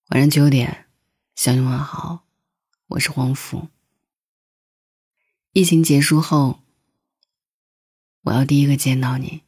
晚上9点，向你问好，我是黄甫。疫情结束后，我要第一个见到你。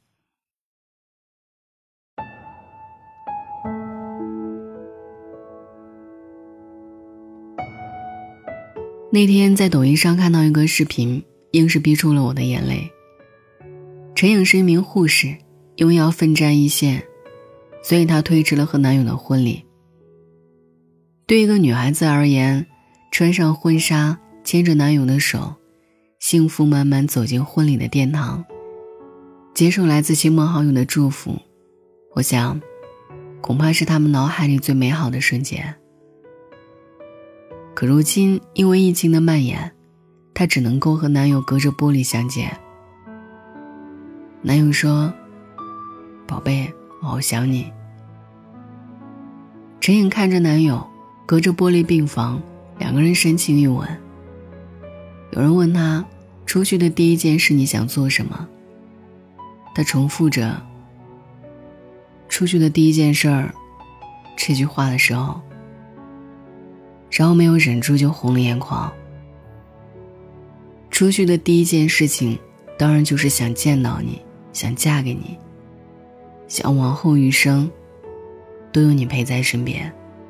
那天在抖音上看到一个视频，硬是逼出了我的眼泪。陈颖是一名护士，因为要奋战一线，所以她推迟了和男友的婚礼。对一个女孩子而言，穿上婚纱，牵着男友的手，幸福满满走进婚礼的殿堂，接受来自亲朋好友的祝福，我想恐怕是他们脑海里最美好的瞬间。可如今因为疫情的蔓延，她只能够和男友隔着玻璃相见。男友说：宝贝，我好想你。陈颖看着男友隔着玻璃病房，两个人深情一吻。有人问他，出去的第一件事你想做什么？他重复着出去的第一件事儿这句话的时候，然后没有忍住就红了眼眶。出去的第一件事情当然就是想见到你，想嫁给你，想往后余生都有你陪在身边。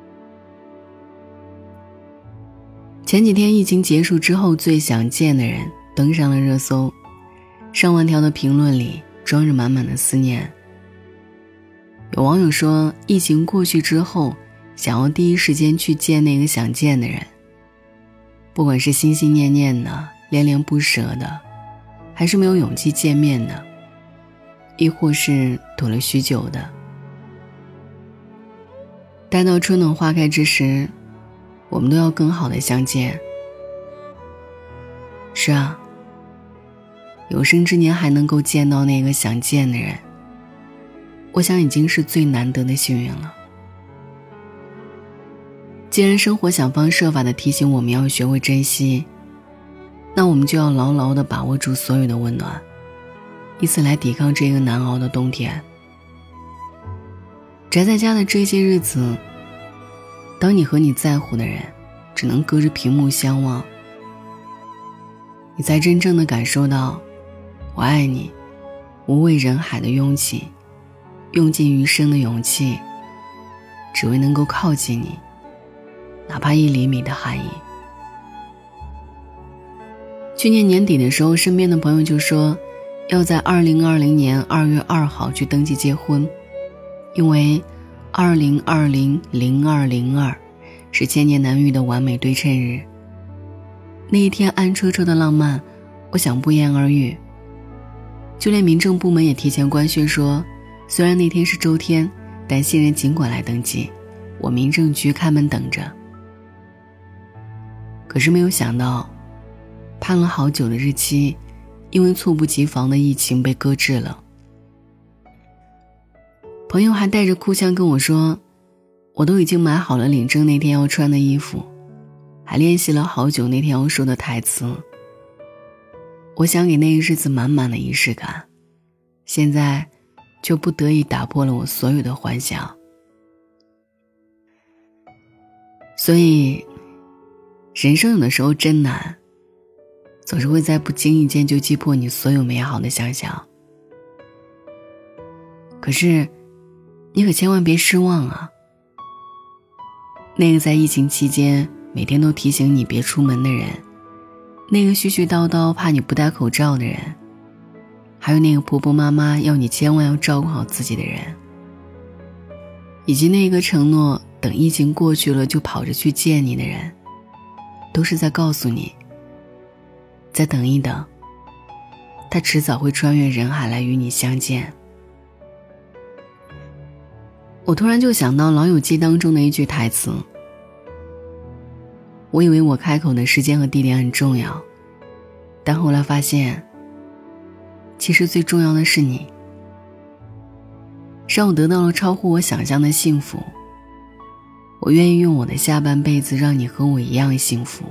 前几天疫情结束之后最想见的人登上了热搜，上万条的评论里装着满满的思念。有网友说，疫情过去之后想要第一时间去见那个想见的人，不管是心心念念的，恋恋不舍的，还是没有勇气见面的，亦或是躲了许久的。待到春暖花开之时，我们都要更好的相见。是啊，有生之年还能够见到那个想见的人，我想已经是最难得的幸运了。既然生活想方设法地提醒我们要学会珍惜，那我们就要牢牢地把握住所有的温暖，以此来抵抗这个难熬的冬天。宅在家的这些日子，当你和你在乎的人只能隔着屏幕相望，你才真正地感受到我爱你无畏人海的拥挤，用尽余生的勇气，只为能够靠近你，哪怕1厘米的含义。去年年底的时候，身边的朋友就说要在2020年2月2号去登记结婚，因为2020-0202是千年难遇的完美对称日。那一天暗戳戳的浪漫，我想不言而喻。就连民政部门也提前官宣说，虽然那天是周天，但新人尽管来登记，我民政局开门等着。可是没有想到，盼了好久的日期因为猝不及防的疫情被搁置了。朋友还带着哭腔跟我说，我都已经买好了领证那天要穿的衣服，还练习了好久那天要说的台词。我想给那个日子满满的仪式感，现在就不得已打破了我所有的幻想。所以人生有的时候真难，总是会在不经意间就击破你所有美好的想象。可是你可千万别失望啊，那个在疫情期间每天都提醒你别出门的人，那个絮絮叨叨怕你不戴口罩的人，还有那个婆婆妈妈要你千万要照顾好自己的人，以及那个承诺等疫情过去了就跑着去见你的人，都是在告诉你，再等一等，他迟早会穿越人海来与你相见。我突然就想到《老友记》当中的一句台词，我以为我开口的时间和地点很重要，但后来发现，其实最重要的是你，让我得到了超乎我想象的幸福。我愿意用我的下半辈子让你和我一样幸福。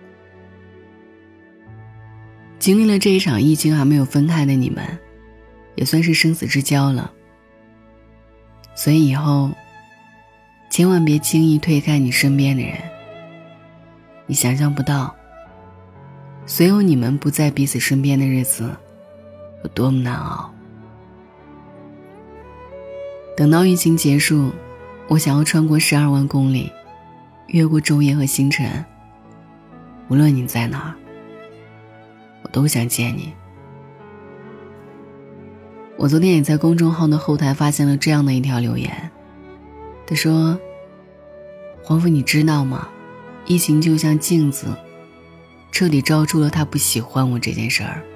经历了这一场疫情还没有分开的你们，也算是生死之交了。所以以后千万别轻易推开你身边的人。你想象不到，所有你们不在彼此身边的日子有多么难熬。等到疫情结束，我想要穿过12万公里，越过昼夜和星辰，无论你在哪儿，我都想见你。我昨天也在公众号的后台发现了这样的一条留言，他说：黄甫，你知道吗？疫情就像镜子，彻底照出了他不喜欢我这件事儿。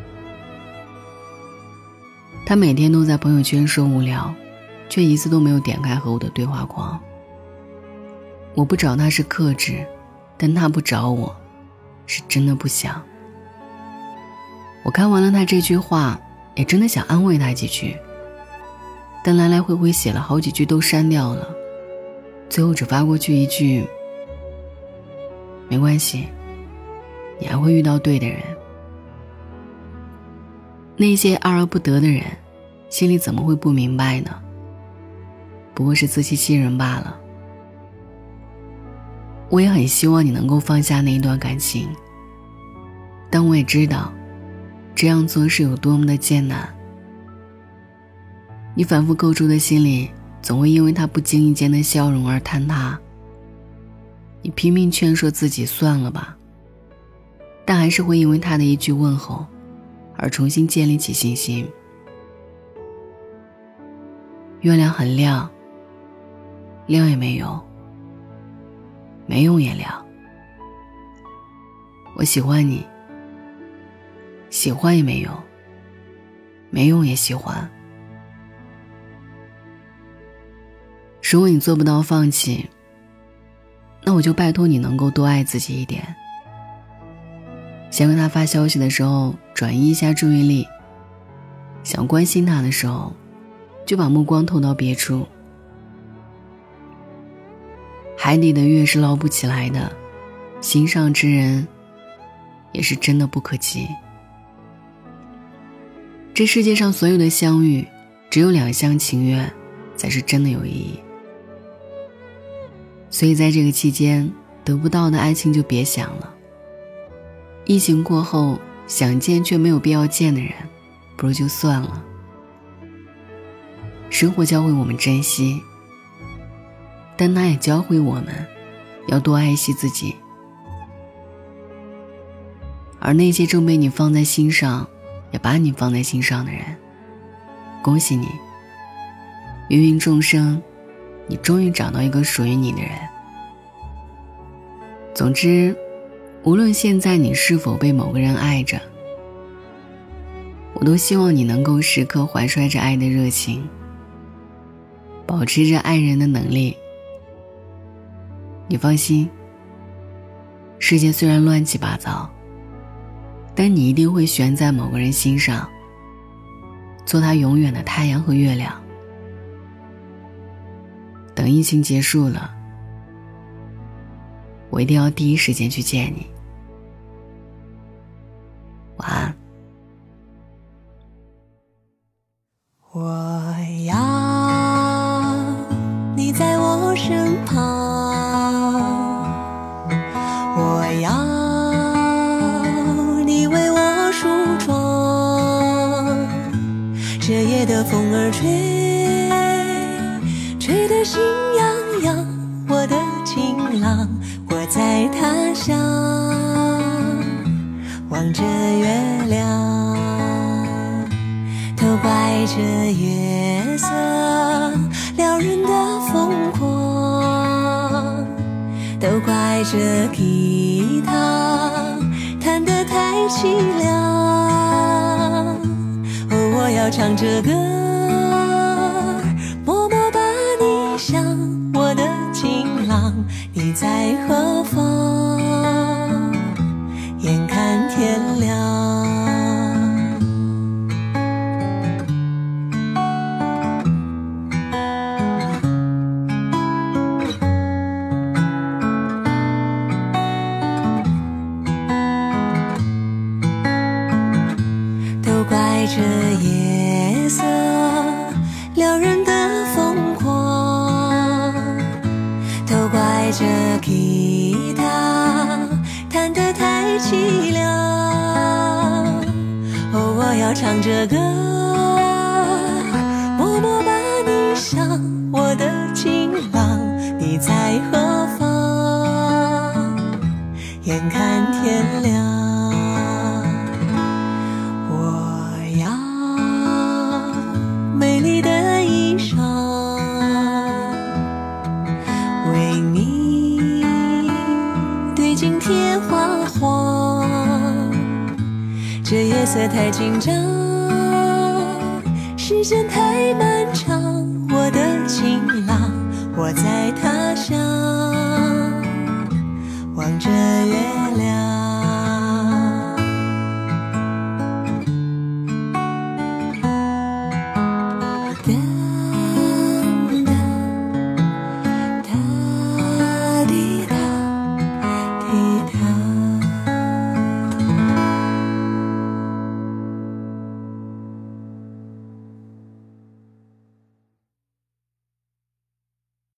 他每天都在朋友圈说无聊，却一次都没有点开和我的对话框。我不找他是克制，但他不找我是真的不想。我看完了他这句话，也真的想安慰他几句，但来来回回写了好几句都删掉了，最后只发过去一句：没关系，你还会遇到对的人。那些爱而不得的人，心里怎么会不明白呢？不过是自欺欺人罢了。我也很希望你能够放下那一段感情，但我也知道这样做是有多么的艰难。你反复构筑的心里总会因为他不经意间的笑容而坍塌，你拼命劝说自己算了吧，但还是会因为他的一句问候而重新建立起信心。月亮很亮，亮也没用，没用也亮。我喜欢你，喜欢也没用，没用也喜欢。如果你做不到放弃，那我就拜托你能够多爱自己一点。想跟他发消息的时候转移一下注意力，想关心他的时候就把目光投到别处。海底的月是捞不起来的，心上之人也是真的不可及。这世界上所有的相遇，只有两厢情愿才是真的有意义。所以在这个期间，得不到的爱情就别想了。疫情过后，想见却没有必要见的人，不如就算了。生活教会我们珍惜，但它也教会我们要多爱惜自己。而那些正被你放在心上，也把你放在心上的人，恭喜你，芸芸众生，你终于找到一个属于你的人。总之，无论现在你是否被某个人爱着，我都希望你能够时刻怀揣着爱的热情，保持着爱人的能力。你放心，世界虽然乱七八糟，但你一定会悬在某个人心上，做他永远的太阳和月亮。等疫情结束了，我一定要第一时间去见你。晚安。 我要你在我身旁，我要你为我梳妆，这夜的风儿吹得心痒痒，我的情郎，我在他乡望着月亮，都怪这月色撩人的疯狂，都怪这吉他弹得太凄凉。哦，我要唱着歌默默把你想，我的情郎，你在何方？眼看天亮。这夜色撩人的疯狂， 带着吉他，弹得太凄凉。哦，我要唱着歌，默默把你想，我的情郎，你在何方？眼看天亮，我要美丽的衣裳，为你对镜贴花黄。这夜色太紧张，时间太漫长，我的情郎，我在他乡。